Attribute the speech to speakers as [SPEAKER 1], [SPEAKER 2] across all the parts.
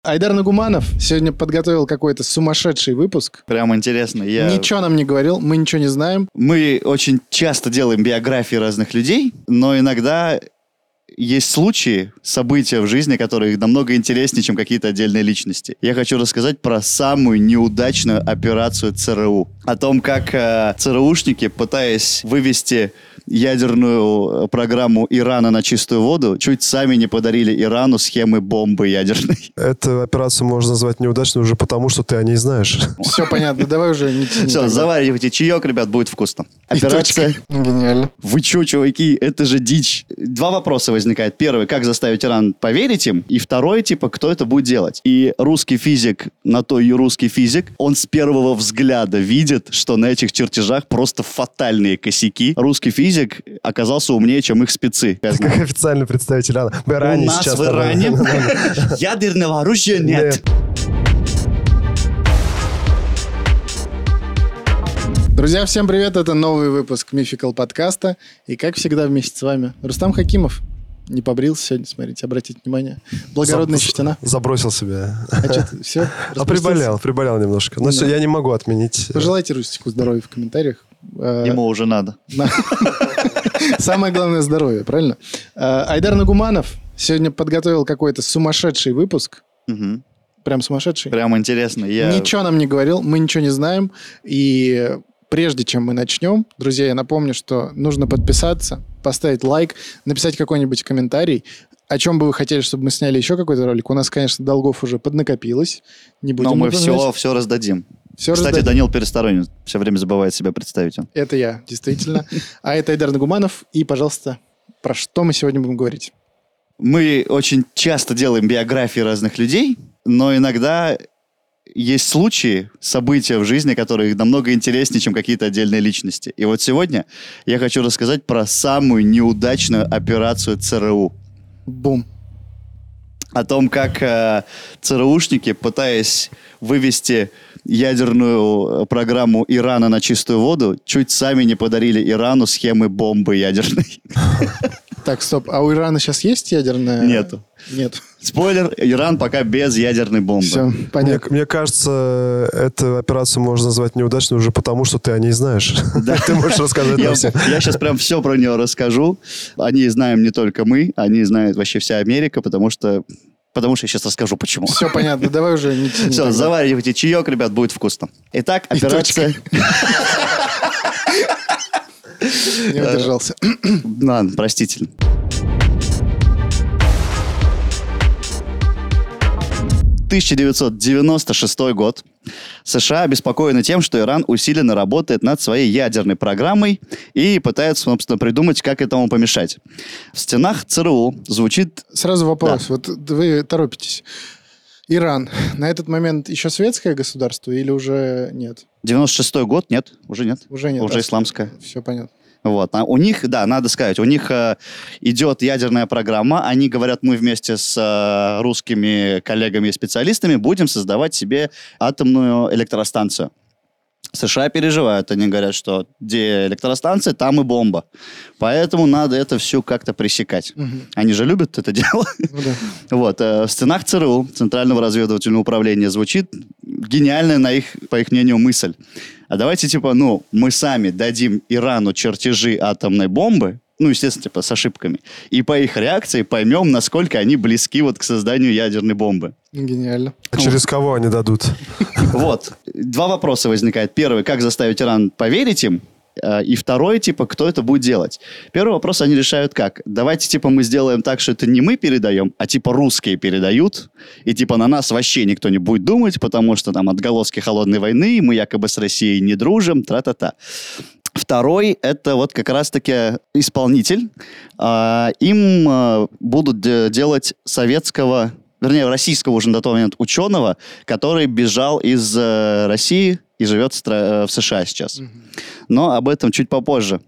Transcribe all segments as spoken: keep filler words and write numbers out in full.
[SPEAKER 1] Айдар Нагуманов сегодня подготовил какой-то сумасшедший выпуск.
[SPEAKER 2] Прям интересно. Я...
[SPEAKER 1] Ничего нам не говорил, мы ничего не знаем.
[SPEAKER 2] Мы очень часто делаем биографии разных людей, но иногда есть случаи, события в жизни, которые намного интереснее, чем какие-то отдельные личности. Я хочу рассказать про самую неудачную операцию ЦРУ. О том, как э, ЦРУшники, пытаясь вывести ядерную программу Ирана на чистую воду, чуть сами не подарили Ирану схемы бомбы ядерной.
[SPEAKER 3] Эту операцию можно назвать неудачной уже потому, что ты о ней знаешь.
[SPEAKER 1] Все понятно, давай уже не тяни.
[SPEAKER 2] Все, заваривайте чаек, ребят, будет вкусно. Операция...
[SPEAKER 1] Гениально.
[SPEAKER 2] Вы че, чуваки, это же дичь. Два вопроса возникает. Первый, как заставить Иран поверить им? И второй, типа, кто это будет делать? И русский физик, на то и русский физик, он с первого взгляда видит, что на этих чертежах просто фатальные косяки. Русский физик оказался умнее, чем их спецы.
[SPEAKER 3] Как официальный представитель Ирана. В Иране
[SPEAKER 2] У нас
[SPEAKER 3] сейчас
[SPEAKER 2] в Иране ядерного оружия нет.
[SPEAKER 1] Друзья, всем привет, это новый выпуск Mythical подкаста. И как всегда вместе с вами Рустам Хакимов. Не побрился сегодня, смотрите, обратите внимание. Благородная
[SPEAKER 3] Заб-
[SPEAKER 1] щетина.
[SPEAKER 3] Забросил себя.
[SPEAKER 1] А что ты, все?
[SPEAKER 3] А приболел, приболел немножко. Но
[SPEAKER 1] Да.
[SPEAKER 3] все, я не могу отменить.
[SPEAKER 1] Пожелайте Рустику здоровья в комментариях.
[SPEAKER 2] Ему уже надо.
[SPEAKER 1] Самое главное здоровье, правильно? Айдар Нагуманов сегодня подготовил какой-то сумасшедший выпуск.
[SPEAKER 2] Угу.
[SPEAKER 1] Прям сумасшедший.
[SPEAKER 2] Прям интересно. Я...
[SPEAKER 1] Ничего нам не говорил, мы ничего не знаем. И прежде чем мы начнем, друзья, я напомню, что нужно подписаться, поставить лайк, написать какой-нибудь комментарий, о чем бы вы хотели, чтобы мы сняли еще какой-то ролик. У нас, конечно, долгов уже поднакопилось. Не будем
[SPEAKER 2] Но мы
[SPEAKER 1] напоминать.
[SPEAKER 2] все, все раздадим.
[SPEAKER 1] Все
[SPEAKER 2] Кстати,
[SPEAKER 1] раздадим.
[SPEAKER 2] Данил Пересторонин все время забывает себя представить. Он.
[SPEAKER 1] Это я, действительно. А это Айдар Нагуманов. И, пожалуйста, про что мы сегодня будем говорить?
[SPEAKER 2] Мы очень часто делаем биографии разных людей, но иногда есть случаи, события в жизни, которые намного интереснее, чем какие-то отдельные личности. И вот сегодня я хочу рассказать про самую неудачную операцию ЦРУ.
[SPEAKER 1] Бум.
[SPEAKER 2] О том, как э, ЦРУшники, пытаясь вывести ядерную программу Ирана на чистую воду, чуть сами не подарили Ирану схемы бомбы ядерной.
[SPEAKER 1] Так, стоп. А у Ирана сейчас есть ядерная?
[SPEAKER 2] Нету.
[SPEAKER 1] Нет.
[SPEAKER 2] Спойлер, Иран пока без ядерной бомбы.
[SPEAKER 1] Все,
[SPEAKER 3] Мне,
[SPEAKER 1] понятно.
[SPEAKER 3] мне кажется, эту операцию можно назвать неудачной уже потому, что ты о ней знаешь.
[SPEAKER 2] Да.
[SPEAKER 3] Ты можешь рассказать
[SPEAKER 2] Я,
[SPEAKER 3] нам всем.
[SPEAKER 2] я сейчас прям все про нее расскажу. Они знаем не только мы, они знают вообще вся Америка, потому что, потому что я сейчас расскажу, почему.
[SPEAKER 1] Все понятно, давай уже не тяни.
[SPEAKER 2] Все, заваривайте чаек, ребят, будет вкусно. Итак,
[SPEAKER 1] И
[SPEAKER 2] операция...
[SPEAKER 1] Не удержался.
[SPEAKER 2] Ладно, простительно. тысяча девятьсот девяносто шестой год. США обеспокоены тем, что Иран усиленно работает над своей ядерной программой и пытается, собственно, придумать, как этому помешать. В стенах ЦРУ звучит...
[SPEAKER 1] Сразу вопрос. Вот вы торопитесь. Иран на этот момент еще светское государство или уже нет?
[SPEAKER 2] девяносто шестой год? Нет, уже нет.
[SPEAKER 1] Уже нет.
[SPEAKER 2] Уже исламское.
[SPEAKER 1] Все понятно.
[SPEAKER 2] Вот. А у них, да, надо сказать, у них э, идет ядерная программа. Они говорят, мы вместе с э, русскими коллегами и специалистами будем создавать себе атомную электростанцию. США переживают, они говорят, что где электростанция, там и бомба. Поэтому надо это все как-то пресекать.
[SPEAKER 1] Угу.
[SPEAKER 2] Они же любят это дело.
[SPEAKER 1] Ну, да.
[SPEAKER 2] Вот. э, В стенах ЦРУ, Центрального разведывательного управления, звучит гениальная, на их, по их мнению, мысль. А давайте, типа, ну, мы сами дадим Ирану чертежи атомной бомбы, ну, естественно, типа, с ошибками, и по их реакции поймем, насколько они близки вот к созданию ядерной бомбы.
[SPEAKER 1] Гениально.
[SPEAKER 3] А через кого они дадут?
[SPEAKER 2] Вот. Два вопроса возникает. Первый, как заставить Иран поверить им? И второй, типа, кто это будет делать? Первый вопрос они решают как? Давайте, типа, мы сделаем так, что это не мы передаем, а, типа, русские передают, и, типа, на нас вообще никто не будет думать, потому что там отголоски холодной войны, мы якобы с Россией не дружим, тра-та-та. Второй – это вот как раз-таки исполнитель. А, им а, будут де- делать советского, вернее, российского уже на тот момент ученого, который бежал из э, России и живет в, стра- в США сейчас. Mm-hmm. Но об этом чуть попозже.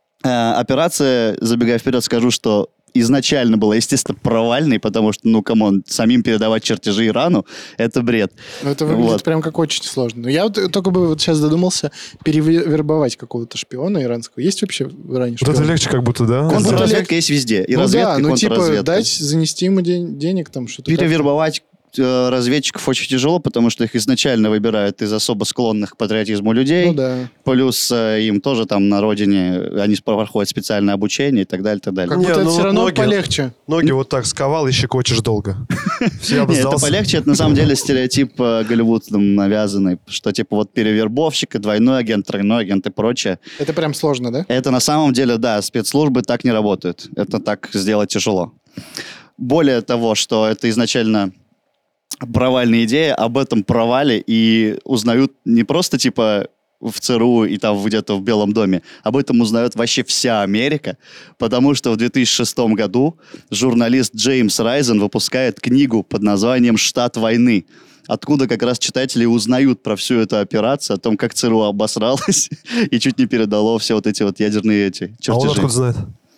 [SPEAKER 2] Э, операция, забегая вперед, скажу, что изначально была, естественно, провальной, потому что, ну, камон, самим передавать чертежи Ирану – это бред.
[SPEAKER 1] Ну, это выглядит
[SPEAKER 2] Вот.
[SPEAKER 1] прям как очень сложно. Но я вот только бы вот сейчас додумался перевербовать какого-то шпиона иранского. Есть вообще в Иране
[SPEAKER 3] Вот это
[SPEAKER 1] шпион?
[SPEAKER 3] легче как будто, да?
[SPEAKER 2] Контрразведка есть везде. И
[SPEAKER 1] Ну
[SPEAKER 2] разведка,
[SPEAKER 1] да,
[SPEAKER 2] и
[SPEAKER 1] ну типа
[SPEAKER 2] контрразведка.
[SPEAKER 1] дать, занести ему ден- денег там, что-то.
[SPEAKER 2] Перевербовать э, разведчиков очень тяжело, потому что их изначально выбирают из особо склонных к патриотизму людей.
[SPEAKER 1] Ну да.
[SPEAKER 2] Плюс э, им тоже там на родине, они проходят специальное обучение и так далее, и так далее.
[SPEAKER 1] Как
[SPEAKER 3] Не,
[SPEAKER 1] будто
[SPEAKER 3] ну
[SPEAKER 1] это
[SPEAKER 3] вот
[SPEAKER 1] все равно
[SPEAKER 3] ноги-
[SPEAKER 1] полегче.
[SPEAKER 3] Ноги вот так сковал и щекочешь долго. Я бы
[SPEAKER 2] Не, это
[SPEAKER 3] сдался.
[SPEAKER 2] полегче, это на самом деле стереотип э, Голливудом навязанный, что типа вот перевербовщик, и двойной агент, тройной агент и прочее.
[SPEAKER 1] Это прям сложно, да?
[SPEAKER 2] Это на самом деле, да, спецслужбы так не работают. Это так сделать тяжело. Более того, что это изначально провальная идея, об этом провале и узнают не просто типа в ЦРУ и там где-то в Белом доме, об этом узнает вообще вся Америка, потому что в две тысячи шестом году журналист Джеймс Райзен выпускает книгу под названием «Штат войны», откуда как раз читатели узнают про всю эту операцию, о том, как ЦРУ обосралось и чуть не передало все вот эти вот ядерные эти
[SPEAKER 3] А он
[SPEAKER 2] чертежи.
[SPEAKER 3] откуда знает?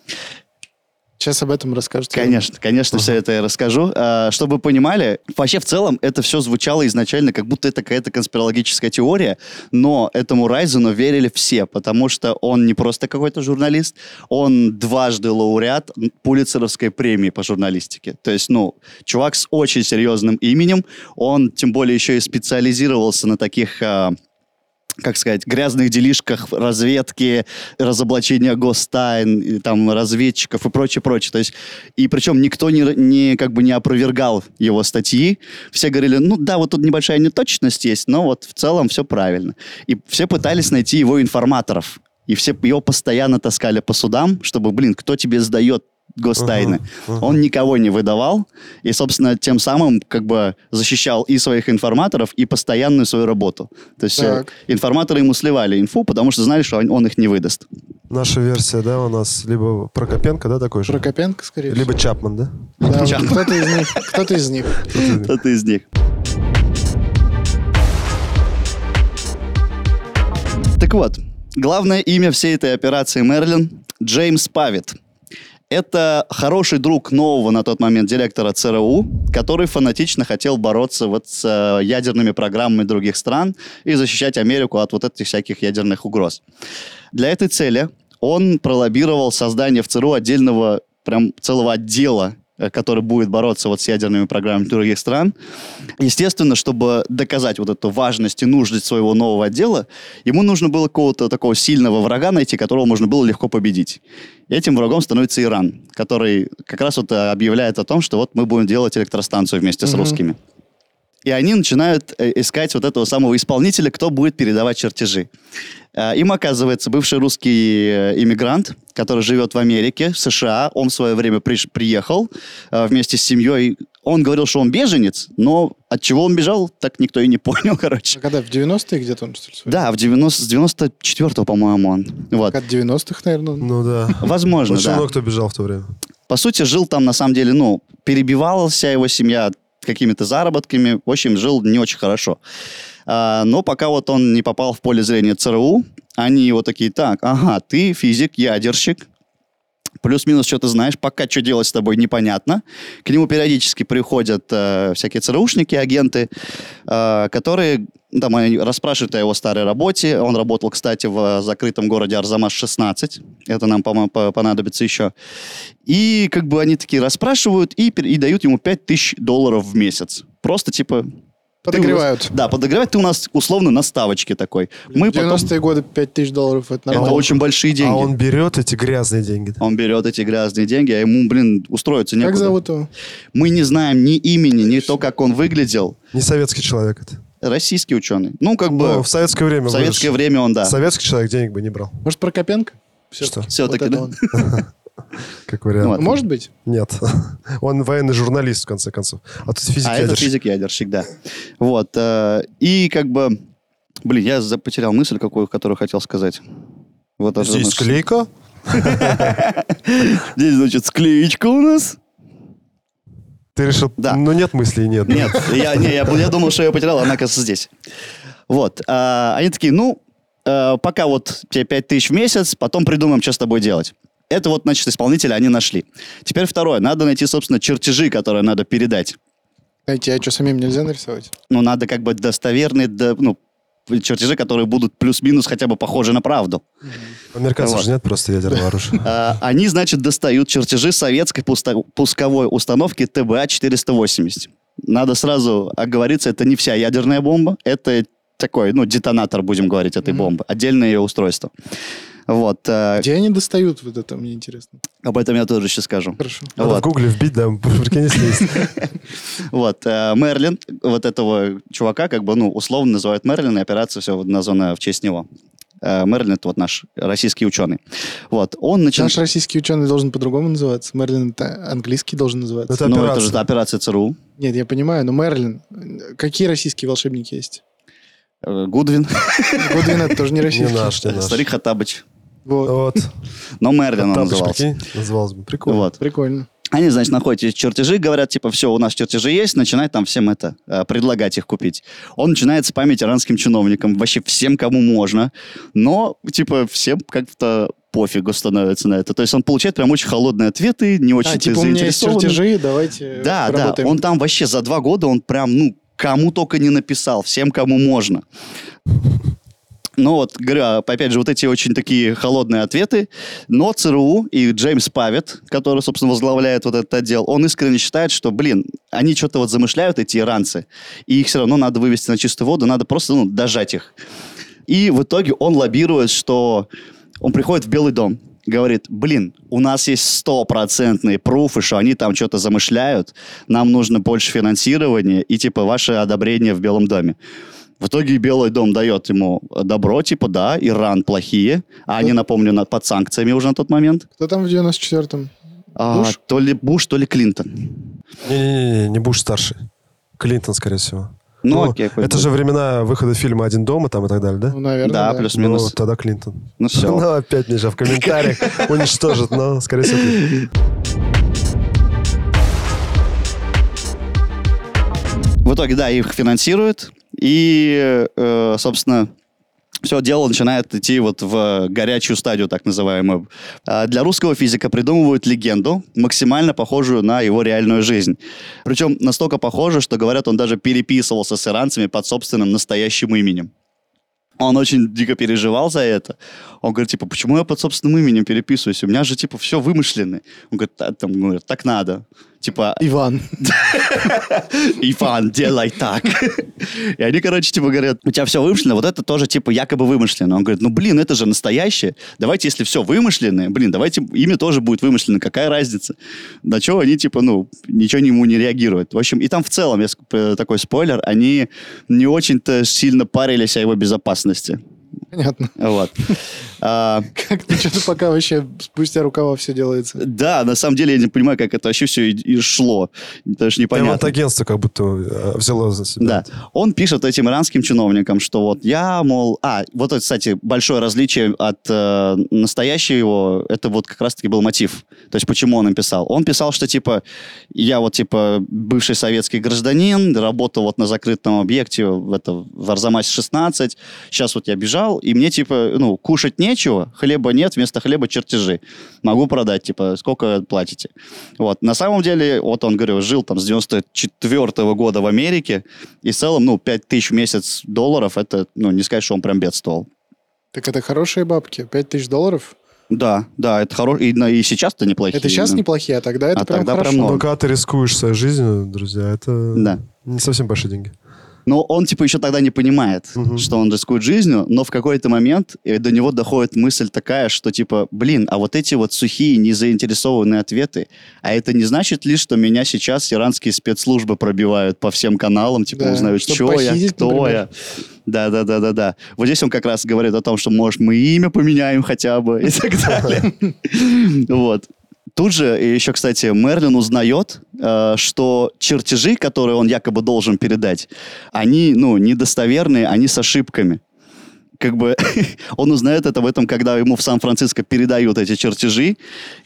[SPEAKER 1] Сейчас об этом расскажете.
[SPEAKER 2] Конечно, конечно, все это я расскажу. А, чтобы вы понимали, вообще в целом это все звучало изначально, как будто это какая-то конспирологическая теория, но этому Райзену верили все, потому что он не просто какой-то журналист, он дважды лауреат Пулитцеровской премии по журналистике. То есть, ну, чувак с очень серьезным именем, он тем более еще и специализировался на таких... а, как сказать, грязных делишках разведки, разоблачения гостайн, и, там, разведчиков и прочее, прочее. То есть, и причем никто не, не, как бы не опровергал его статьи. Все говорили, ну да, вот тут небольшая неточность есть, но вот в целом все правильно. И все пытались найти его информаторов. И все его постоянно таскали по судам, чтобы, блин, кто тебе сдает гостайны.
[SPEAKER 3] Uh-huh, uh-huh.
[SPEAKER 2] Он никого не выдавал, и, собственно, тем самым как бы защищал и своих информаторов, и постоянную свою работу. То есть э,
[SPEAKER 1] Так.
[SPEAKER 2] информаторы ему сливали инфу, потому что знали, что он, он их не выдаст.
[SPEAKER 3] Наша версия, да, у нас либо Прокопенко, да, такой же?
[SPEAKER 1] Прокопенко, скорее всего.
[SPEAKER 3] Либо Чапман, да?
[SPEAKER 1] Да, вот
[SPEAKER 2] Чапман.
[SPEAKER 1] кто-то из них. Кто-то из них.
[SPEAKER 2] Кто-то из них. Так вот, главное имя всей этой операции Мерлин — Джеймс Павит. Это хороший друг нового на тот момент директора ЦРУ, который фанатично хотел бороться вот с э, ядерными программами других стран и защищать Америку от вот этих всяких ядерных угроз. Для этой цели он пролоббировал создание в ЦРУ отдельного, прям целого отдела, э, который будет бороться вот с ядерными программами других стран. Естественно, чтобы доказать вот эту важность и нужность своего нового отдела, ему нужно было какого-то такого сильного врага найти, которого можно было легко победить. И этим врагом становится Иран, который как раз вот э, объявляет о том, что вот мы будем делать электростанцию вместе с
[SPEAKER 1] Мгм.
[SPEAKER 2] русскими. И они начинают э, искать вот этого самого исполнителя, кто будет передавать чертежи. Э, им оказывается бывший русский э, иммигрант, который живет в Америке, в США. Он в свое время приш- приехал э, вместе с семьей. Он говорил, что он беженец, но от чего он бежал, так никто и не понял, короче.
[SPEAKER 1] А когда, в девяностые где-то он, что ли?
[SPEAKER 2] Да, в девяносто, с девяносто четвёртого, по-моему, он. Вот.
[SPEAKER 1] Как девяностых, наверное.
[SPEAKER 3] Ну да.
[SPEAKER 2] Возможно,
[SPEAKER 3] Очень
[SPEAKER 2] да.
[SPEAKER 3] много кто бежал в то время.
[SPEAKER 2] По сути, жил там, на самом деле, ну, перебивалась вся его семья какими-то заработками. В общем, жил не очень хорошо. А, но пока вот он не попал в поле зрения ЦРУ, они его такие, так, ага, ты физик, ядерщик, плюс-минус что-то знаешь, пока что делать с тобой непонятно. К нему периодически приходят э, всякие ЦРУшники, агенты, э, которые там, они расспрашивают о его старой работе. Он работал, кстати, в закрытом городе Арзамас шестнадцать. Это нам по- по- понадобится еще. И как бы они такие расспрашивают и, пер- и дают ему пять тысяч долларов в месяц. Просто типа...
[SPEAKER 1] Подогревают.
[SPEAKER 2] Ты у нас- да, подогревать ты у нас условно на ставочке такой. Мы
[SPEAKER 1] В девяностые годы пять тысяч долларов, это
[SPEAKER 2] потом... Это
[SPEAKER 1] нормально.
[SPEAKER 2] очень большие деньги.
[SPEAKER 3] А он берет эти грязные деньги.
[SPEAKER 2] Он берет эти грязные деньги, а ему, блин, устроиться некуда.
[SPEAKER 1] Как зовут его?
[SPEAKER 2] Мы не знаем ни имени, ни то, как он выглядел.
[SPEAKER 3] Не советский человек это.
[SPEAKER 2] Российский ученый. Ну, как бы
[SPEAKER 3] Ну, в советское время
[SPEAKER 2] в советское
[SPEAKER 3] выросший.
[SPEAKER 2] время он, да.
[SPEAKER 3] Советский человек денег бы не брал.
[SPEAKER 1] Может, Прокопенко?
[SPEAKER 3] Что?
[SPEAKER 2] Все-таки,
[SPEAKER 1] Вот
[SPEAKER 2] да.
[SPEAKER 1] это он.
[SPEAKER 3] Как вариант.
[SPEAKER 2] Вот.
[SPEAKER 1] Может быть?
[SPEAKER 3] Нет. Он военный журналист, в конце концов. А тут физик
[SPEAKER 2] А это
[SPEAKER 3] ядерщик.
[SPEAKER 2] физик-ядерщик, да. Вот. э, И как бы... Блин, я за- потерял мысль, какую, которую хотел сказать. Вот это
[SPEAKER 3] Здесь
[SPEAKER 2] наш-
[SPEAKER 3] склейка.
[SPEAKER 2] Здесь, значит, склеечка у нас.
[SPEAKER 3] Ты решил...
[SPEAKER 2] Да.
[SPEAKER 3] Ну, нет мыслей, нет.
[SPEAKER 2] Нет, я, не, я, я думал, что я потерял, а она, оказывается, здесь. Вот. а, они такие, ну, э, пока вот тебе пять тысяч в месяц, потом придумаем, что с тобой делать. Это вот, значит, исполнителя они нашли. Теперь второе. Надо найти, собственно, чертежи, которые надо передать.
[SPEAKER 1] Знаете, а что, самим нельзя нарисовать?
[SPEAKER 2] Ну, надо как бы достоверные, да, ну, чертежи, которые будут плюс-минус хотя бы похожи на правду.
[SPEAKER 3] У американцев
[SPEAKER 2] Вот.
[SPEAKER 3] же нет просто ядерного оружия.
[SPEAKER 2] А, они, значит, достают чертежи советской пуста- пусковой установки тэ бэ а четыреста восемьдесят. надо сразу оговориться, это не вся ядерная бомба, это такой, ну, детонатор, будем говорить, этой mm-hmm. бомбы. Отдельное ее устройство. Вот.
[SPEAKER 1] Где они достают вот это, мне интересно.
[SPEAKER 2] Об этом я тоже сейчас скажу.
[SPEAKER 1] Хорошо.
[SPEAKER 3] Надо
[SPEAKER 2] вот.
[SPEAKER 3] в гугле вбить, да, прикинь, если есть.
[SPEAKER 2] Вот. Мерлин, вот этого чувака, как бы, ну, условно называют Мерлин, и операция все названа в честь него. Мерлин — это вот наш российский ученый. Вот. Он начал...
[SPEAKER 1] Наш российский ученый должен по-другому называться. Мерлин — это английский должен называться.
[SPEAKER 3] Это
[SPEAKER 2] ну,
[SPEAKER 3] операция.
[SPEAKER 2] это же операция ЦРУ.
[SPEAKER 1] Нет, я понимаю, но Мерлин... Какие российские волшебники есть?
[SPEAKER 2] Гудвин.
[SPEAKER 1] Гудвин — это тоже не российский.
[SPEAKER 3] Не наш, не наш.
[SPEAKER 2] Старик Хаттабыч.
[SPEAKER 1] Вот.
[SPEAKER 3] Вот.
[SPEAKER 2] Но Мерлин он
[SPEAKER 3] Хаттабыч,
[SPEAKER 2] назывался.
[SPEAKER 3] прикинь, назывался бы. Прикольно.
[SPEAKER 2] Вот.
[SPEAKER 1] Прикольно.
[SPEAKER 2] Они, значит, находят эти чертежи, говорят, типа, все, у нас чертежи есть, начинает там всем это, э, предлагать их купить. Он начинает спамить иранским чиновникам, вообще всем, кому можно, но, типа, всем как-то пофигу становится на это. То есть он получает прям очень холодные ответы, не очень
[SPEAKER 1] А, типа, у меня есть чертежи, давайте
[SPEAKER 2] Да,
[SPEAKER 1] поработаем.
[SPEAKER 2] да, он там вообще за два года, он прям, ну, кому только не написал, всем, кому можно. Ну вот, говорю, опять же, вот эти очень такие холодные ответы, но ЦРУ и Джеймс Павет, который, собственно, возглавляет вот этот отдел, он искренне считает, что, блин, они что-то вот замышляют, эти иранцы, и их все равно надо вывести на чистую воду, надо просто, ну, дожать их. И в итоге он лоббирует, что он приходит в Белый дом, говорит, блин, у нас есть стопроцентные пруфы, что они там что-то замышляют, нам нужно больше финансирования и, типа, ваше одобрение в Белом доме. В итоге Белый дом дает ему добро, типа, да, Иран плохие, а они, напомню, на, под санкциями уже на тот момент.
[SPEAKER 1] Кто там в девяносто четвёртом?
[SPEAKER 2] А,
[SPEAKER 1] Буш?
[SPEAKER 2] то ли Буш, то ли Клинтон.
[SPEAKER 3] Не-не-не, не Буш старший. Клинтон, скорее всего.
[SPEAKER 2] Ну,
[SPEAKER 3] Ну,
[SPEAKER 2] окей.
[SPEAKER 3] это
[SPEAKER 2] будет.
[SPEAKER 3] же времена выхода фильма «Один дома» там и так далее, да?
[SPEAKER 1] Ну, наверное,
[SPEAKER 2] Да,
[SPEAKER 1] да.
[SPEAKER 2] плюс-минус.
[SPEAKER 3] Ну, тогда Клинтон.
[SPEAKER 2] Ну, все.
[SPEAKER 3] Ну, опять Миша в комментариях уничтожит, но, скорее всего, Клинтон.
[SPEAKER 2] В итоге, да, их финансируют, и, э, собственно, все дело начинает идти вот в горячую стадию, так называемую. А для русского физика придумывают легенду, максимально похожую на его реальную жизнь. Причем настолько похожую, что, говорят, он даже переписывался с иранцами под собственным настоящим именем. Он очень дико переживал за это. Он говорит, типа, почему я под собственным именем переписываюсь? У меня же, типа, все вымышленное. Он говорит, «Та- там, говорит, так надо. Типа,
[SPEAKER 1] Иван.
[SPEAKER 2] Иван, делай так. И они, короче, типа говорят, у тебя все вымышленно, вот это тоже, типа, якобы вымышленно. Он говорит, ну, блин, это же настоящее. Давайте, если все вымышленное, блин, давайте имя тоже будет вымышленно. Какая разница? На что они, типа, ну, ничего ему не реагируют. В общем, и там в целом, я ск- такой спойлер, они не очень-то сильно парились о его безопасности.
[SPEAKER 1] Понятно.
[SPEAKER 2] Вот. А,
[SPEAKER 1] Как-то что-то пока вообще спустя рукава все делается.
[SPEAKER 2] да, на самом деле я не понимаю, как это вообще все и, и шло. Даже непонятно.
[SPEAKER 3] Прям вот агентство как будто э, взяло за себя.
[SPEAKER 2] Да. Он пишет этим иранским чиновникам, что вот я, мол... А, вот это, кстати, большое различие от э, настоящего, это вот как раз-таки был мотив. То есть почему он им писал? Он писал, что, типа, я вот, типа, бывший советский гражданин, работал вот на закрытом объекте в, это, в Арзамасе шестнадцать, сейчас вот я бежал, и мне, типа, ну, кушать нечего, хлеба нет, вместо хлеба чертежи. Могу продать, типа, сколько платите? Вот. На самом деле, вот он, говорю, жил там с девяносто четвёртого года в Америке, и в целом, ну, пять тысяч в месяц долларов, это, ну, не сказать, что он прям бедствовал.
[SPEAKER 1] Так это хорошие бабки. Пять тысяч долларов?
[SPEAKER 2] Да, да, это хорошо. И, ну, и сейчас-то неплохие.
[SPEAKER 1] Это сейчас
[SPEAKER 2] ну.
[SPEAKER 1] неплохие, а тогда это
[SPEAKER 2] А
[SPEAKER 1] прям
[SPEAKER 2] тогда прям
[SPEAKER 1] хорошо.
[SPEAKER 2] норм.
[SPEAKER 3] Но когда ты рискуешь своей жизнью, друзья, это
[SPEAKER 2] Да.
[SPEAKER 3] не совсем большие деньги.
[SPEAKER 2] Но он, типа, еще тогда не понимает,
[SPEAKER 3] Мгм.
[SPEAKER 2] что он рискует жизнью, но в какой-то момент э, до него доходит мысль такая, что, типа, блин, а вот эти вот сухие, незаинтересованные ответы, а это не значит ли, что меня сейчас иранские спецслужбы пробивают по всем каналам, типа,
[SPEAKER 1] Да,
[SPEAKER 2] узнают,
[SPEAKER 1] чтоб
[SPEAKER 2] что я,
[SPEAKER 1] похитить,
[SPEAKER 2] кто
[SPEAKER 1] например.
[SPEAKER 2] я. Да-да-да-да-да. Вот здесь он как раз говорит о том, что, может, мы имя поменяем хотя бы и так далее. Вот. Тут же еще, кстати, Мерлин узнает, э, что чертежи, которые он якобы должен передать, они, ну, недостоверные, они с ошибками. Как бы он узнает это в этом, когда ему в Сан-Франциско передают эти чертежи,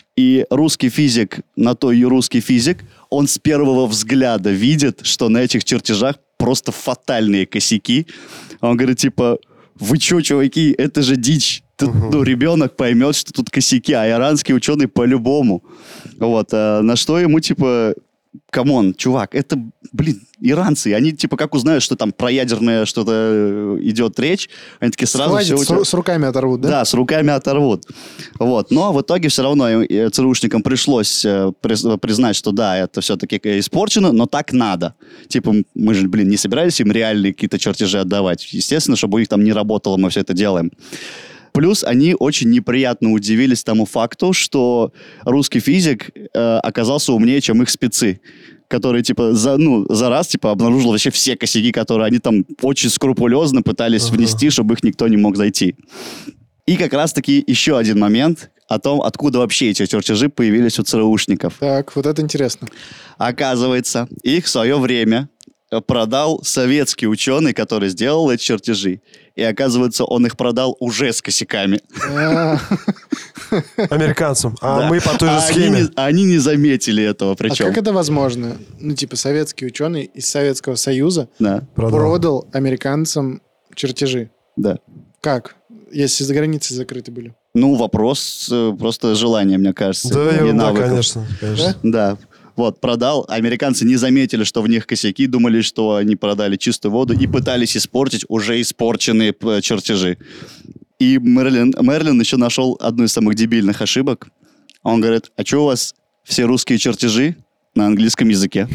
[SPEAKER 2] и русский физик, на то и русский физик, он с первого взгляда видит, что на этих чертежах просто фатальные косяки. Он говорит, типа, вы че, чуваки, это же дичь. Тут,
[SPEAKER 3] Мгм.
[SPEAKER 2] ну, ребенок поймет, что тут косяки, а иранский ученый по-любому. Вот, а на что ему, типа, камон, чувак, это, блин, иранцы, они типа как узнают, что там про ядерное что-то идет речь, они такие сразу
[SPEAKER 1] Схватит,
[SPEAKER 2] все...
[SPEAKER 1] с, ру- с руками оторвут, да?
[SPEAKER 2] Да, с руками оторвут. Вот. Но в итоге все равно э, ЦРУшникам пришлось э, приз- признать, что да, это все-таки испорчено, но так надо. Типа, мы же, блин, не собирались им реальные какие-то чертежи отдавать. Естественно, чтобы у них там не работало, мы все это делаем. Плюс они очень неприятно удивились тому факту, что русский физик э, оказался умнее, чем их спецы, которые, типа, за, ну, за раз, типа, обнаружил вообще все косяки, которые они там очень скрупулезно пытались
[SPEAKER 3] Ага.
[SPEAKER 2] внести, чтобы их никто не мог зайти. И как раз-таки еще один момент о том, откуда вообще эти чертежи появились у ЦРУшников.
[SPEAKER 1] Так, вот это интересно.
[SPEAKER 2] Оказывается, их в свое время продал советский ученый, который сделал эти чертежи. И оказывается, он их продал уже с косяками.
[SPEAKER 1] А,
[SPEAKER 3] Американцам. А
[SPEAKER 2] Да.
[SPEAKER 3] мы по той же
[SPEAKER 2] А они
[SPEAKER 3] схеме.
[SPEAKER 2] не- Они не заметили этого
[SPEAKER 1] а
[SPEAKER 2] причем.
[SPEAKER 1] как это возможно? Ну, типа, советский ученый из Советского Союза
[SPEAKER 2] Да,
[SPEAKER 3] Продал.
[SPEAKER 1] продал американцам чертежи.
[SPEAKER 2] да.
[SPEAKER 1] Как? Если за границей закрыты были.
[SPEAKER 2] Ну, вопрос э, просто желания, мне кажется.
[SPEAKER 3] Да,
[SPEAKER 2] и
[SPEAKER 3] я- да,
[SPEAKER 2] навыков.
[SPEAKER 3] конечно, конечно.
[SPEAKER 2] Да. Вот, продал. Американцы не заметили, что в них косяки, думали, что они продали чистую воду и пытались испортить уже испорченные п- чертежи. И Мерлин, Мерлин еще нашел одну из самых дебильных ошибок. Он говорит, а что у вас все русские чертежи на английском языке?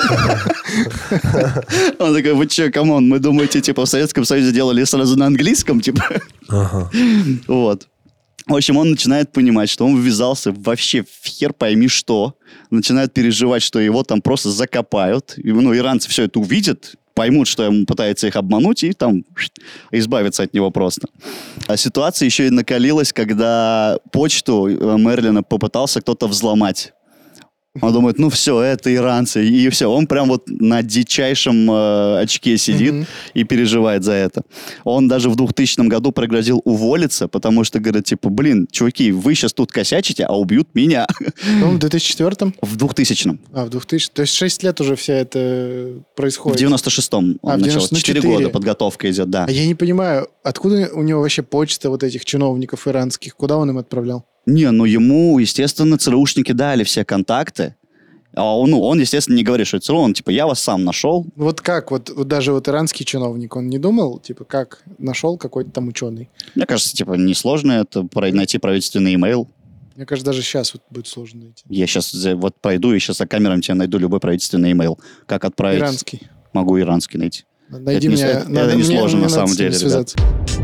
[SPEAKER 2] Он такой, вы че, камон, мы думаете, типа, в Советском Союзе делали сразу на английском, типа?
[SPEAKER 3] Ага.
[SPEAKER 2] Вот. В общем, он начинает понимать, что он ввязался вообще в хер пойми что. Начинает переживать, что его там просто закопают. И, ну, иранцы все это увидят, поймут, что ему пытается их обмануть, и там избавиться от него просто. А ситуация еще и накалилась, когда почту э, Мерлина попытался кто-то взломать. Он думает, ну все, это иранцы. И все, он прям вот на дичайшем э, очке сидит
[SPEAKER 1] Мгм.
[SPEAKER 2] и переживает за это. Он даже в двухтысячном году пригрозил уволиться, потому что говорит, типа, блин, чуваки, вы сейчас тут косячите, а убьют меня.
[SPEAKER 1] Ну, в две тысячи четвёртом?
[SPEAKER 2] В двухтысячном.
[SPEAKER 1] А, в двухтысячном. То есть шесть лет уже вся это
[SPEAKER 2] В
[SPEAKER 1] происходит.
[SPEAKER 2] девяносто шестом
[SPEAKER 1] А,
[SPEAKER 2] он
[SPEAKER 1] в
[SPEAKER 2] начал.
[SPEAKER 1] девяносто- ну,
[SPEAKER 2] Четыре
[SPEAKER 1] четыре.
[SPEAKER 2] года подготовка идет, да.
[SPEAKER 1] А я не понимаю, откуда у него вообще почта вот этих чиновников иранских? Куда он им отправлял?
[SPEAKER 2] Не, ну ему, естественно, ЦРУшники дали все контакты. А он, ну, он, естественно, не говорит, что это ЦРУ, он типа, я вас сам нашел.
[SPEAKER 1] Вот как? Вот, вот даже вот иранский чиновник, он не думал, типа, как нашел какой-то там ученый?
[SPEAKER 2] Мне кажется, типа, несложно это про- найти правительственный имейл.
[SPEAKER 1] Мне кажется, даже сейчас вот будет сложно найти.
[SPEAKER 2] Я сейчас вот пойду и сейчас за камером тебе найду любой правительственный имейл. Как отправить?
[SPEAKER 1] Иранский.
[SPEAKER 2] Могу иранский найти.
[SPEAKER 1] Найди
[SPEAKER 2] не-
[SPEAKER 1] мне.
[SPEAKER 2] это-
[SPEAKER 1] надо-
[SPEAKER 2] это не
[SPEAKER 1] мне-
[SPEAKER 2] сложно
[SPEAKER 1] мне
[SPEAKER 2] на
[SPEAKER 1] надо
[SPEAKER 2] самом
[SPEAKER 1] с ним
[SPEAKER 2] деле,
[SPEAKER 1] связаться.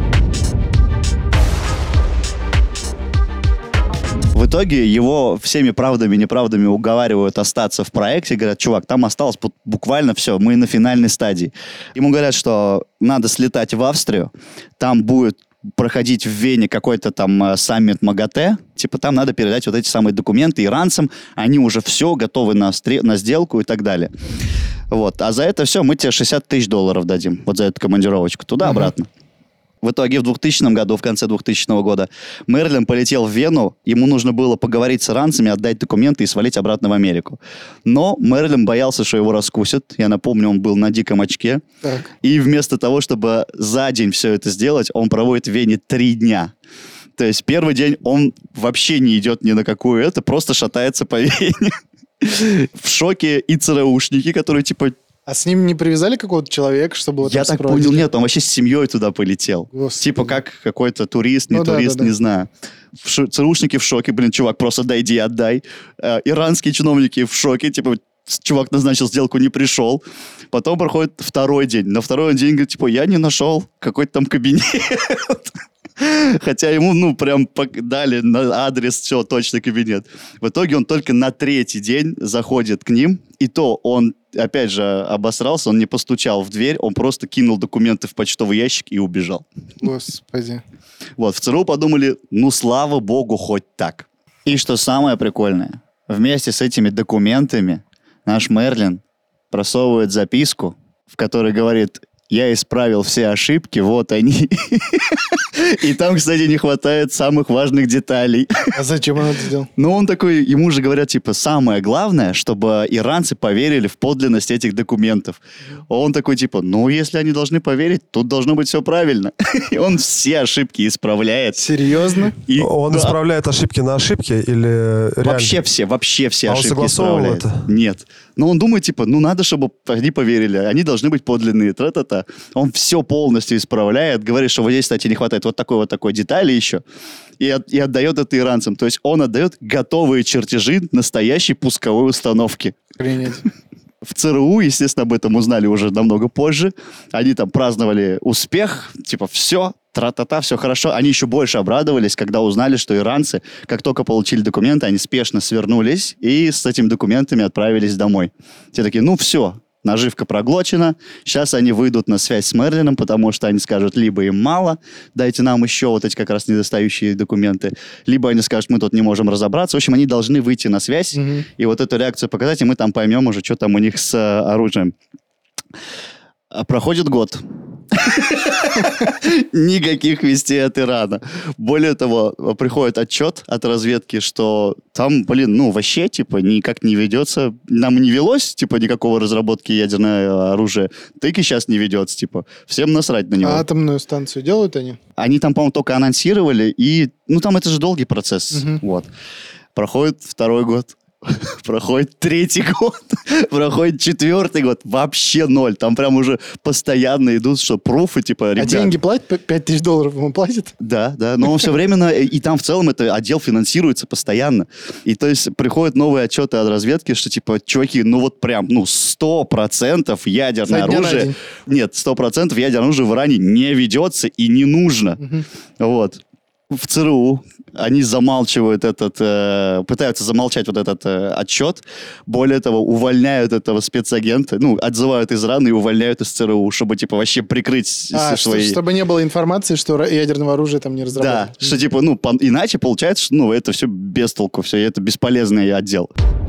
[SPEAKER 2] В итоге его всеми правдами и неправдами уговаривают остаться в проекте. Говорят, чувак, там осталось бу- буквально все, мы на финальной стадии. Ему говорят, что надо слетать в Австрию, там будет проходить в Вене какой-то там э, саммит МАГАТЭ, типа там надо передать вот эти самые документы иранцам, они уже все готовы на, стре- на сделку и так далее. Вот. А за это все мы тебе шестьдесят тысяч долларов дадим, вот за эту командировочку, туда-обратно. В итоге в двухтысячном году, в конце двухтысячного года, Мерлин полетел в Вену, ему нужно было поговорить с иранцами, отдать документы и свалить обратно в Америку. Но Мерлин боялся, что его раскусят. Я напомню, он был на диком очке.
[SPEAKER 1] Так.
[SPEAKER 2] И вместо того, чтобы за день все это сделать, он проводит в Вене три дня. То есть первый день он вообще не идет ни на какую это, просто шатается по Вене. В шоке и ЦРУшники, которые типа...
[SPEAKER 1] А с ним не привязали какого-то человека, чтобы вот
[SPEAKER 2] Я
[SPEAKER 1] там
[SPEAKER 2] так
[SPEAKER 1] сопроводить?
[SPEAKER 2] понял, нет, он вообще с семьей туда полетел.
[SPEAKER 1] Господи.
[SPEAKER 2] Типа как какой-то турист, не
[SPEAKER 1] Ну да,
[SPEAKER 2] турист,
[SPEAKER 1] да, да.
[SPEAKER 2] не знаю. В ш- ЦРУшники в шоке, блин, чувак, просто дойди и отдай. Э, иранские чиновники в шоке, типа, с- чувак назначил сделку, не пришел. Потом проходит второй день. На второй день говорит, типа, я не нашел какой-то там кабинет. Хотя ему, ну, прям пок- дали на адрес, все, точно кабинет. В итоге он только на третий день заходит к ним, и то он, опять же, обосрался, он не постучал в дверь, он просто кинул документы в почтовый ящик и убежал.
[SPEAKER 1] Господи.
[SPEAKER 2] Вот, в ЦРУ подумали, ну, слава богу, хоть так. И что самое прикольное, вместе с этими документами наш Мерлин просовывает записку, в которой говорит, я исправил все ошибки, вот они. И там, кстати, не хватает самых важных деталей.
[SPEAKER 1] А зачем он это сделал?
[SPEAKER 2] Но он такой, ему же говорят, типа, самое главное, чтобы иранцы поверили в подлинность этих документов. А он такой, типа, ну, если они должны поверить, тут должно быть все правильно. И он все ошибки исправляет.
[SPEAKER 1] Серьезно?
[SPEAKER 2] И,
[SPEAKER 3] Он
[SPEAKER 2] да,
[SPEAKER 3] исправляет ошибки на ошибки или реально?
[SPEAKER 2] вообще все, вообще все
[SPEAKER 3] А он
[SPEAKER 2] ошибки
[SPEAKER 3] согласовывал
[SPEAKER 2] исправляет.
[SPEAKER 3] это?
[SPEAKER 2] Нет. Но он думает, типа, ну надо, чтобы они поверили, они должны быть подлинные, тра-та-та. Он все полностью исправляет, говорит, что вот здесь, кстати, не хватает вот такой вот такой детали еще, и, от, и отдает это иранцам. То есть он отдает готовые чертежи настоящей пусковой установки.
[SPEAKER 1] Охренеть.
[SPEAKER 2] В ЦРУ, естественно, об этом узнали уже намного позже. Они там праздновали успех, типа, все, тра-та-та, все хорошо. Они еще больше обрадовались, когда узнали, что иранцы, как только получили документы, они спешно свернулись и с этими документами отправились домой. Те такие, ну все, наживка проглочена, сейчас они выйдут на связь с Мерлином, потому что они скажут, либо им мало, дайте нам еще вот эти как раз недостающие документы, либо они скажут, мы тут не можем разобраться. В общем, они должны выйти на связь mm-hmm. и вот эту реакцию показать, и мы там поймем уже, что там у них с а, оружием. Проходит год. Никаких вестей от Ирана. Более того, приходит отчет от разведки, что там, блин, ну, вообще, типа, никак не ведется. Нам не велось, типа, никакого разработки ядерного оружия. Так и сейчас не ведется, типа. Всем насрать на него.
[SPEAKER 1] А атомную станцию делают они?
[SPEAKER 2] Они там, по-моему, только анонсировали, и, ну, там это же долгий процесс. Угу. Вот. Проходит второй год. Проходит третий год, проходит четвертый год, вообще ноль. Там прям уже постоянно идут, что пруфы, типа, ребят...
[SPEAKER 1] А деньги платят? пять тысяч долларов ему платят?
[SPEAKER 2] Да, да, но он все время... И там в целом это отдел финансируется постоянно. И то есть приходят новые отчеты от разведки, что типа, чуваки, ну вот прям, ну, сто процентов ядерное оружие... Нет, сто процентов ядерное оружие в Иране не ведется и не нужно. Угу. Вот. В ЦРУ они замалчивают этот, э, пытаются замолчать вот этот э, отчет. Более того, увольняют этого спецагента, ну, отзывают из Ирана и увольняют из ЦРУ, чтобы, типа, вообще прикрыть
[SPEAKER 1] а,
[SPEAKER 2] свои...
[SPEAKER 1] Что, чтобы не было информации, что ядерного оружия там не разработали.
[SPEAKER 2] Да, что, типа, ну, по... иначе получается, что, ну, это все без толку, все, это бесполезный отдел.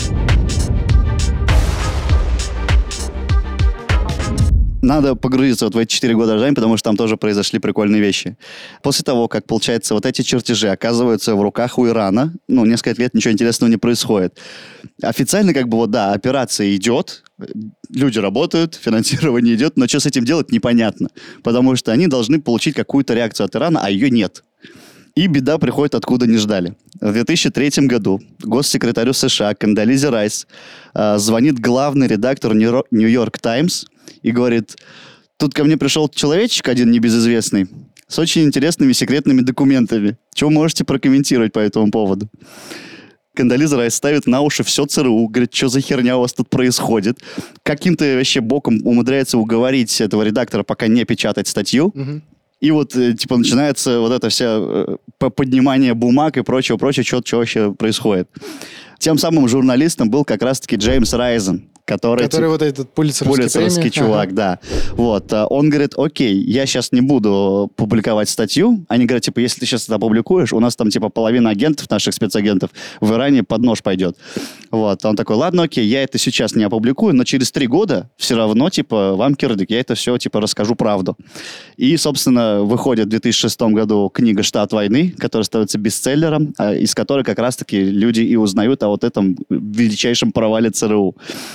[SPEAKER 2] Надо погрузиться вот в эти четыре года ожидания, потому что там тоже произошли прикольные вещи. После того, как, получается, вот эти чертежи оказываются в руках у Ирана, ну, несколько лет ничего интересного не происходит. Официально, как бы, вот, да, операция идет, люди работают, финансирование идет, но что с этим делать, непонятно. Потому что они должны получить какую-то реакцию от Ирана, а ее нет. И беда приходит, откуда не ждали. В две тысячи третьем году госсекретарю США Кондолизе Райс э, звонит главный редактор Нью-Йорк Таймс и говорит, тут ко мне пришел человечек один небезызвестный с очень интересными секретными документами. Чего можете прокомментировать по этому поводу? Кондолиза Райс ставит на уши все ЦРУ, говорит, что за херня у вас тут происходит. Каким-то вообще боком умудряется уговорить этого редактора пока не печатать статью. Угу. И вот, типа, начинается вот это все поднимание бумаг и прочего-прочего, что, что вообще происходит. Тем самым журналистом был как раз-таки Джеймс Райзен, который...
[SPEAKER 1] Который типа, вот этот пулитцеровский,
[SPEAKER 2] пулитцеровский чувак, ага. да. Вот. Он говорит, окей, я сейчас не буду публиковать статью. Они говорят, типа, если ты сейчас это опубликуешь, у нас там, типа, половина агентов, наших спецагентов в Иране под нож пойдет. Вот. Он такой, ладно, окей, я это сейчас не опубликую, но через три года все равно, типа, вам кирдык, я это все, типа, расскажу правду. И, собственно, выходит в две тысячи шестом году книга «Штат войны», которая становится бестселлером, из которой как раз-таки люди и узнают о вот этом величайшем провале ЦРУ.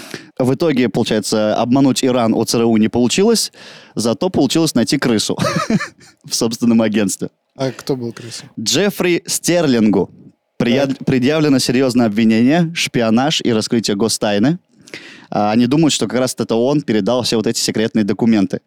[SPEAKER 2] В итоге, получается, обмануть Иран у ЦРУ не получилось, зато получилось найти крысу в собственном агентстве.
[SPEAKER 1] А кто был крысой?
[SPEAKER 2] Джеффри Стерлингу предъявлено серьезное обвинение, шпионаж и раскрытие гостайны. Они думают, что как раз это он передал все вот эти секретные документы.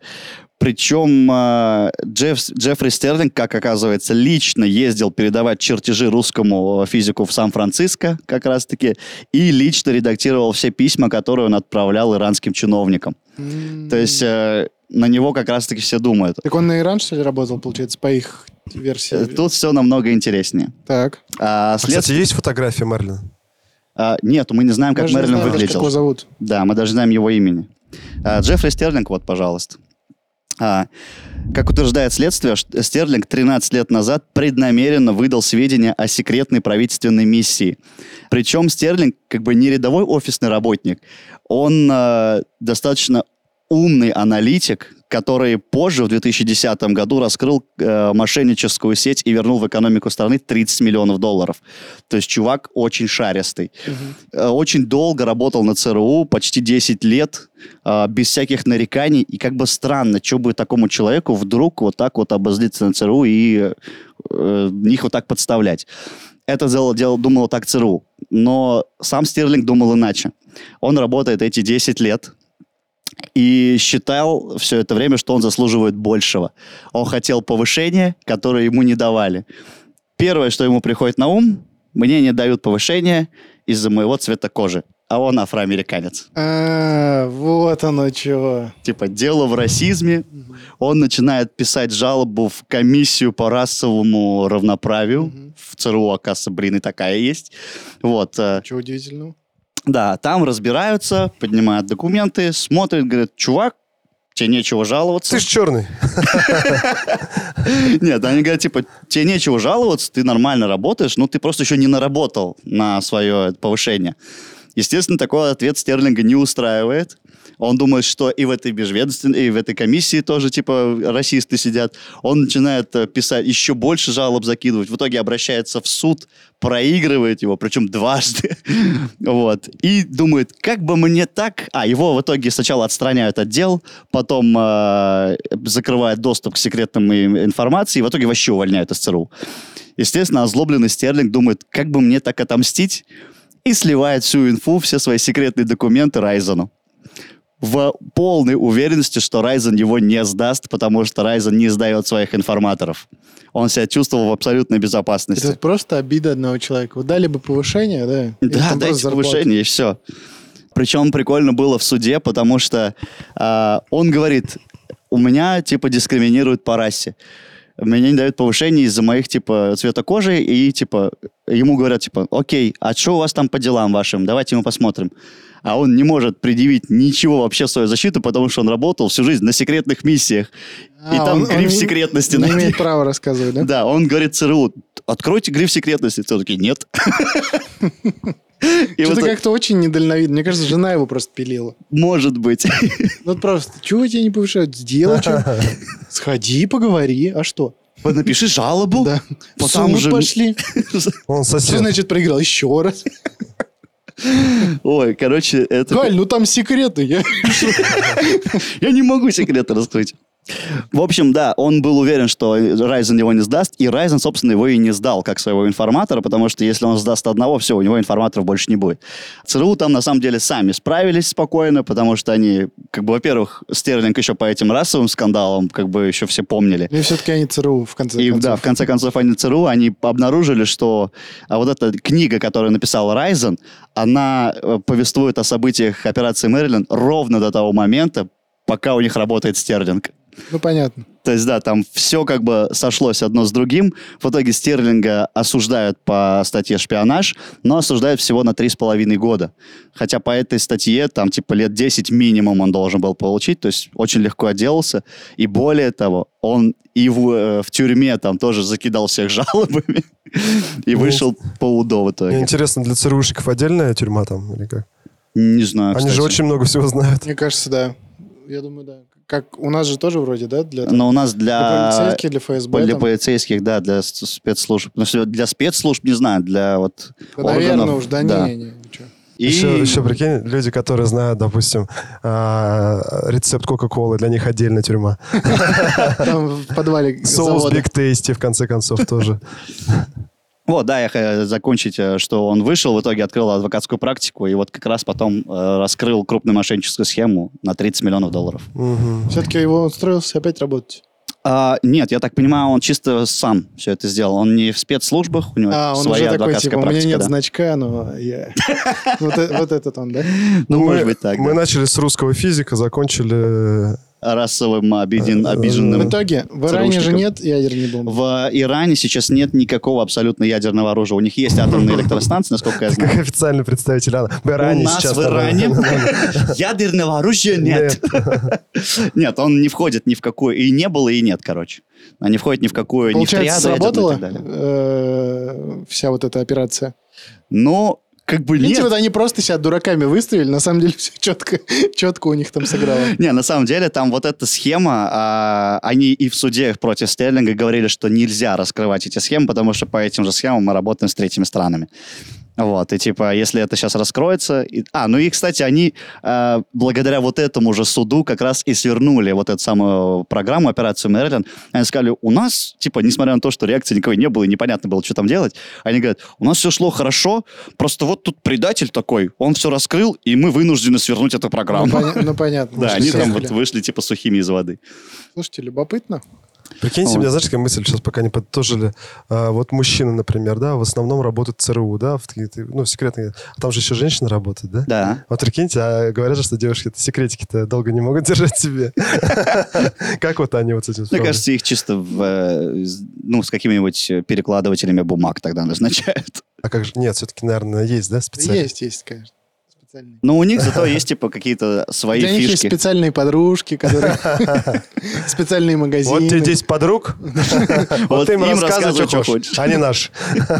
[SPEAKER 2] Причем э, Джефф, Джеффри Стерлинг, как оказывается, лично ездил передавать чертежи русскому физику в Сан-Франциско, как раз-таки, и лично редактировал все письма, которые он отправлял иранским чиновникам. Mm. То есть э, на него как раз-таки все думают.
[SPEAKER 1] Так он на Иран, что ли, работал, получается, по их версии?
[SPEAKER 2] Тут все намного интереснее.
[SPEAKER 1] Так.
[SPEAKER 2] А,
[SPEAKER 3] а след... Кстати, есть фотография Мерлина?
[SPEAKER 2] А, нет, мы не знаем, как Мерлин
[SPEAKER 1] выглядел. Как его зовут.
[SPEAKER 2] Да, мы даже знаем его имени. А, Джеффри Стерлинг, вот, пожалуйста. А, как утверждает следствие, Стерлинг тринадцать лет назад преднамеренно выдал сведения о секретной правительственной миссии. Причем Стерлинг как бы не рядовой офисный работник, он а, достаточно умный аналитик, который позже, в две тысячи десятом году, раскрыл э, мошенническую сеть и вернул в экономику страны тридцать миллионов долларов. То есть чувак очень шаристый. Угу. Э, очень долго работал на ЦРУ, почти десять лет, э, без всяких нареканий. И как бы странно, что бы такому человеку вдруг вот так вот обозлиться на ЦРУ и э, их вот так подставлять. Это дело, дело думало так ЦРУ. Но сам Стерлинг думал иначе. Он работает эти десять лет и считал все это время, что он заслуживает большего. Он хотел повышения, которое ему не давали. Первое, что ему приходит на ум, мне не дают повышения из-за моего цвета кожи. А он афроамериканец.
[SPEAKER 1] А, вот оно чего.
[SPEAKER 2] Типа, дело в расизме. Он начинает писать жалобу в комиссию по расовому равноправию. В ЦРУ, оказывается, блин, и такая есть. Вот.
[SPEAKER 1] Чего удивительного?
[SPEAKER 2] Да, там разбираются, поднимают документы, смотрят, говорят, чувак, тебе нечего жаловаться.
[SPEAKER 3] Ты ж черный.
[SPEAKER 2] Нет, они говорят, типа, тебе нечего жаловаться, ты нормально работаешь, но ты просто еще не наработал на свое повышение. Естественно, такой ответ Стерлинга не устраивает. Он думает, что и в этой межведомственной, и в этой комиссии тоже, типа, расисты сидят. Он начинает писать, еще больше жалоб закидывать. В итоге обращается в суд, проигрывает его, причем дважды. Вот. И думает, как бы мне так... А, его в итоге сначала отстраняют от дел, потом э, закрывают доступ к секретной информации, и в итоге вообще увольняют из ЦРУ. Естественно, озлобленный Стерлинг думает, как бы мне так отомстить, и сливает всю инфу, все свои секретные документы Райзену. В полной уверенности, что Райзен его не сдаст, потому что Райзен не сдает своих информаторов. Он себя чувствовал в абсолютной безопасности.
[SPEAKER 1] Это просто обида одного человека. Вот дали бы повышение, да? Или
[SPEAKER 2] Да,
[SPEAKER 1] там
[SPEAKER 2] дайте
[SPEAKER 1] просто зарплату.
[SPEAKER 2] повышение, и все. Причем прикольно было в суде, потому что э, он говорит, у меня, типа, дискриминируют по расе. Мне не дают повышение из-за моих, типа, цвета кожи, и, типа, ему говорят, типа, окей, а что у вас там по делам вашим? Давайте мы посмотрим. А он не может предъявить ничего вообще в свою защиту, потому что он работал всю жизнь на секретных миссиях.
[SPEAKER 1] А,
[SPEAKER 2] и там
[SPEAKER 1] он-
[SPEAKER 2] гриф
[SPEAKER 1] он не-
[SPEAKER 2] секретности.
[SPEAKER 1] Не
[SPEAKER 2] на
[SPEAKER 1] имеет
[SPEAKER 2] них.
[SPEAKER 1] права рассказывать, да?
[SPEAKER 2] Да, он говорит ЦРУ, откройте гриф секретности. Все такие, нет. И
[SPEAKER 1] Что-то
[SPEAKER 2] вот
[SPEAKER 1] как-то очень недальновидно. Мне кажется, жена его просто пилила.
[SPEAKER 2] может быть.
[SPEAKER 1] Ну вот просто, чего тебя не повышают? Сделай что. Сходи, поговори. А что?
[SPEAKER 2] Напиши жалобу.
[SPEAKER 1] Да. В
[SPEAKER 2] Потом
[SPEAKER 1] суд
[SPEAKER 2] же-
[SPEAKER 1] пошли.
[SPEAKER 3] Он
[SPEAKER 1] Что
[SPEAKER 3] сосед.
[SPEAKER 1] значит проиграл? Еще раз.
[SPEAKER 2] Ой, короче, это...
[SPEAKER 1] Галь, ну там секреты. Я...
[SPEAKER 2] Я не могу секреты раскрыть. В общем, да, он был уверен, что Райзен его не сдаст, и Райзен, собственно, его и не сдал как своего информатора, потому что если он сдаст одного, все, у него информаторов больше не будет. ЦРУ там, на самом деле, сами справились спокойно, потому что они, как бы, во-первых, Стерлинг еще по этим расовым скандалам, как бы, еще все помнили.
[SPEAKER 1] И все-таки они ЦРУ в конце
[SPEAKER 2] И
[SPEAKER 1] концов.
[SPEAKER 2] да, в конце концов, они ЦРУ, они обнаружили, что а вот эта книга, которую написал Райзен, она э, повествует о событиях операции Мэрилин ровно до того момента, пока у них работает Стерлинг.
[SPEAKER 1] Ну, понятно.
[SPEAKER 2] То есть, да, там все как бы сошлось одно с другим. В итоге Стерлинга осуждают по статье «Шпионаж», но осуждают всего на три с половиной года. Хотя по этой статье там типа лет десять минимум он должен был получить, то есть очень легко отделался. И более того, он и в, э, в тюрьме там тоже закидал всех жалобами и вышел по УДО в
[SPEAKER 3] Мне
[SPEAKER 2] итоге.
[SPEAKER 3] интересно, для ЦРУшников отдельная тюрьма там или как?
[SPEAKER 2] Не знаю,
[SPEAKER 3] Они же
[SPEAKER 2] кстати.
[SPEAKER 3] очень много всего знают.
[SPEAKER 1] Мне кажется, да. Я думаю, да. Как у нас же тоже вроде, да? Для,
[SPEAKER 2] Но у нас
[SPEAKER 1] для
[SPEAKER 2] для...
[SPEAKER 1] полицейских, для ФСБ.
[SPEAKER 2] Для
[SPEAKER 1] там.
[SPEAKER 2] полицейских, да, для с- спецслужб. Ну, всё, для спецслужб, не знаю, для вот
[SPEAKER 1] Да, наверное,
[SPEAKER 2] органов,
[SPEAKER 1] уж, да,
[SPEAKER 2] да.
[SPEAKER 1] не, не, ничего.
[SPEAKER 2] И...
[SPEAKER 3] Еще, еще прикинь, люди, которые знают, допустим, а, рецепт Кока-Колы, для них отдельная тюрьма.
[SPEAKER 1] Там в подвале
[SPEAKER 3] Соус
[SPEAKER 1] завода.
[SPEAKER 3] Биг Тейсти, в конце концов, тоже.
[SPEAKER 2] Вот, да, я хотел закончить, э, что он вышел, в итоге открыл адвокатскую практику, и вот как раз потом э, раскрыл крупную мошенническую схему на тридцать миллионов долларов.
[SPEAKER 3] Мгм.
[SPEAKER 1] Все-таки его устроился опять работать.
[SPEAKER 2] А, нет, я так понимаю, он чисто сам все это сделал. Он не в спецслужбах, у него
[SPEAKER 1] А, он
[SPEAKER 2] своя
[SPEAKER 1] уже такой,
[SPEAKER 2] адвокатская
[SPEAKER 1] типа, у меня
[SPEAKER 2] практика.
[SPEAKER 1] нет
[SPEAKER 2] да.
[SPEAKER 1] значка, но я... Вот э- вот этот он, да?
[SPEAKER 2] Ну,
[SPEAKER 3] мы,
[SPEAKER 2] может быть так.
[SPEAKER 3] Мы
[SPEAKER 2] да.
[SPEAKER 3] начали с русского физика, закончили...
[SPEAKER 2] Расовым обиден,
[SPEAKER 3] Э,
[SPEAKER 2] обиженным.
[SPEAKER 1] В итоге, в Иране же
[SPEAKER 2] ЦРУшником.
[SPEAKER 1] нет ядерной бомбы.
[SPEAKER 2] В Иране сейчас нет никакого абсолютно ядерного оружия. У них есть атомные электростанции, насколько я знаю.
[SPEAKER 3] Как официальный представитель Ирана. В Иране
[SPEAKER 2] У нас
[SPEAKER 3] сейчас...
[SPEAKER 2] в Иране ядерного оружия нет. Нет, он не входит ни в какую. И не было, и нет, короче. Он не входит ни в какую, ни в
[SPEAKER 1] Получается,
[SPEAKER 2] триаду ядерную и
[SPEAKER 1] сработала
[SPEAKER 2] так далее.
[SPEAKER 1] э, вся вот эта операция?
[SPEAKER 2] Но как бы
[SPEAKER 1] Видите,
[SPEAKER 2] нет.
[SPEAKER 1] вот они просто себя дураками выставили, на самом деле все четко, четко у них там сыграло.
[SPEAKER 2] Не, на самом деле там вот эта схема, а, они и в суде против Стерлинга говорили, что нельзя раскрывать эти схемы, потому что по этим же схемам мы работаем с третьими странами. Вот, и типа, если это сейчас раскроется... И... А, ну и, кстати, они э, благодаря вот этому же суду как раз и свернули вот эту самую программу, операцию Мэрилин. Они сказали, у нас, типа, несмотря на то, что реакции никакой не было, и непонятно было, что там делать, они говорят, у нас все шло хорошо, просто вот тут предатель такой, он все раскрыл, и мы вынуждены свернуть эту программу.
[SPEAKER 1] Ну, поня- ну, понятно.
[SPEAKER 2] Да, они там
[SPEAKER 1] Съехали.
[SPEAKER 2] вот вышли, типа, сухими из воды.
[SPEAKER 1] Слушайте, любопытно.
[SPEAKER 3] Прикиньте,
[SPEAKER 2] Вот.
[SPEAKER 3] у меня, знаешь, какая мысль сейчас, пока не подытожили. А, вот мужчины, например, да, в основном работают в ЦРУ, да, в какие-то, ну, в секретные... А там же еще женщины работают, да?
[SPEAKER 2] Да.
[SPEAKER 3] Вот прикиньте, а говорят же, что девушки-то секретики-то долго не могут держать в себе. Как вот они вот с этим
[SPEAKER 2] Мне
[SPEAKER 3] справляются?
[SPEAKER 2] кажется, их чисто в, э, с- ну, с какими-нибудь перекладывателями бумаг тогда назначают.
[SPEAKER 3] А как же... Нет, все-таки, наверное, есть, да, специально?
[SPEAKER 1] Есть, есть, конечно. Специальные.
[SPEAKER 2] Но у них зато есть, типа, какие-то свои
[SPEAKER 1] Для них есть
[SPEAKER 2] фишки.
[SPEAKER 1] специальные подружки, которые... Специальные магазины.
[SPEAKER 3] Вот тебе десять подруг,
[SPEAKER 2] Вот
[SPEAKER 3] вот ты им
[SPEAKER 2] им
[SPEAKER 3] рассказывай,
[SPEAKER 2] рассказывай,
[SPEAKER 3] что
[SPEAKER 2] что
[SPEAKER 3] хочешь.
[SPEAKER 2] хочешь.
[SPEAKER 3] Они наши.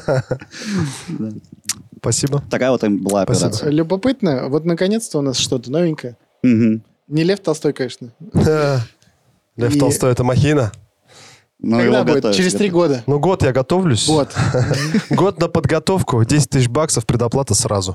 [SPEAKER 3] Спасибо.
[SPEAKER 2] Такая вот им была
[SPEAKER 3] Спасибо.
[SPEAKER 2] операция.
[SPEAKER 1] Любопытно. Вот наконец-то у нас что-то новенькое.
[SPEAKER 2] Мгм.
[SPEAKER 1] Не Лев Толстой, конечно.
[SPEAKER 3] Лев
[SPEAKER 1] И-
[SPEAKER 3] Толстой — это махина.
[SPEAKER 2] Ну,
[SPEAKER 1] Когда
[SPEAKER 2] его
[SPEAKER 1] будет?
[SPEAKER 2] готовят.
[SPEAKER 1] Через три года.
[SPEAKER 3] Ну, год я готовлюсь.
[SPEAKER 1] Вот.
[SPEAKER 3] Год на подготовку, десять тысяч баксов, предоплата сразу.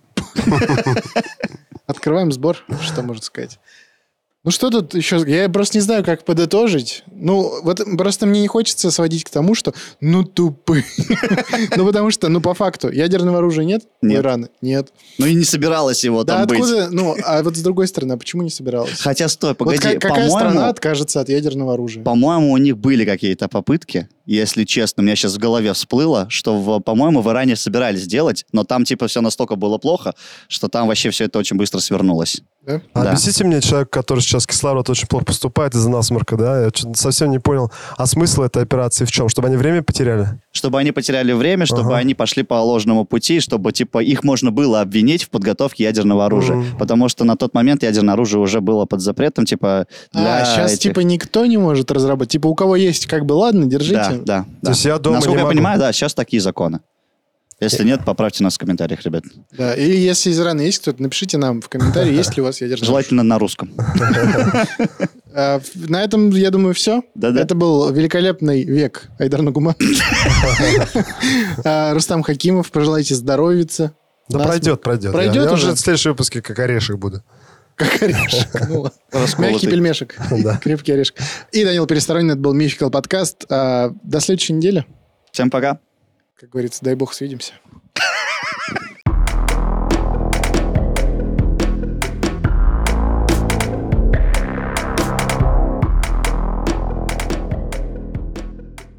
[SPEAKER 1] Открываем сбор. Что можно сказать? Ну что тут еще? Я просто не знаю, как подытожить. Ну, вот просто мне не хочется сводить к тому, что ну тупые. Ну, потому что, ну, по факту, ядерного оружия нет у
[SPEAKER 2] Нет.
[SPEAKER 1] Ирана? Нет.
[SPEAKER 2] Ну, и не собиралась его
[SPEAKER 1] Да
[SPEAKER 2] там быть.
[SPEAKER 1] откуда? Ну, а вот с другой стороны, а почему не собиралась?
[SPEAKER 2] Хотя, стой,
[SPEAKER 1] Вот
[SPEAKER 2] погоди.
[SPEAKER 1] ка- какая страна
[SPEAKER 2] По-моему,
[SPEAKER 1] откажется от ядерного оружия?
[SPEAKER 2] по-моему, у них были какие-то попытки, если честно. У меня сейчас в голове всплыло, что, в- по-моему, в Иране собирались делать, но там, типа, все настолько было плохо, что там вообще все это очень быстро свернулось.
[SPEAKER 1] Да?
[SPEAKER 3] А
[SPEAKER 2] Да.
[SPEAKER 3] Объясните мне, человек, который сейчас кислород очень плохо поступает из-за насморка, да? Я что-то совсем не понял. А смысл этой операции в чем? Чтобы они время потеряли?
[SPEAKER 2] Чтобы они потеряли время, чтобы
[SPEAKER 3] Ага.
[SPEAKER 2] они пошли по ложному пути, чтобы, типа, их можно было обвинить в подготовке ядерного оружия.
[SPEAKER 3] Мгм.
[SPEAKER 2] Потому что на тот момент ядерное оружие уже было под запретом, типа, для
[SPEAKER 1] А, сейчас
[SPEAKER 2] этих-
[SPEAKER 1] типа никто не может разработать. Типа у кого есть, как бы, ладно, держите.
[SPEAKER 2] Да, да,
[SPEAKER 3] То
[SPEAKER 2] да.
[SPEAKER 3] есть я дома
[SPEAKER 2] Насколько
[SPEAKER 3] не
[SPEAKER 2] я
[SPEAKER 3] могу.
[SPEAKER 2] понимаю, да, сейчас такие законы. Если нет, поправьте нас в комментариях, ребят.
[SPEAKER 1] Да, или если из Ирана есть кто-то, напишите нам в комментарии, есть ли у вас ядерное
[SPEAKER 2] Желательно на русском.
[SPEAKER 1] оружие. А, в- На этом, я думаю, все.
[SPEAKER 2] Да-да.
[SPEAKER 1] Это был великолепный век Айдар Нугума. А, Рустам Хакимов, пожелайте здоровиться.
[SPEAKER 3] Да
[SPEAKER 1] Нас-
[SPEAKER 3] пройдет, пройдет.
[SPEAKER 1] Пройдет
[SPEAKER 3] я, я
[SPEAKER 1] уже?
[SPEAKER 3] уже в следующем выпуске как орешек буду.
[SPEAKER 1] Как орешек. Ну ладно.
[SPEAKER 2] Расколотый.
[SPEAKER 1] Мягкий пельмешек.
[SPEAKER 3] Да.
[SPEAKER 1] Крепкий орешек. И Данил Пересторонний, это был Мификал подкаст. А, До следующей недели.
[SPEAKER 2] Всем пока.
[SPEAKER 1] Как говорится, дай бог, свидимся.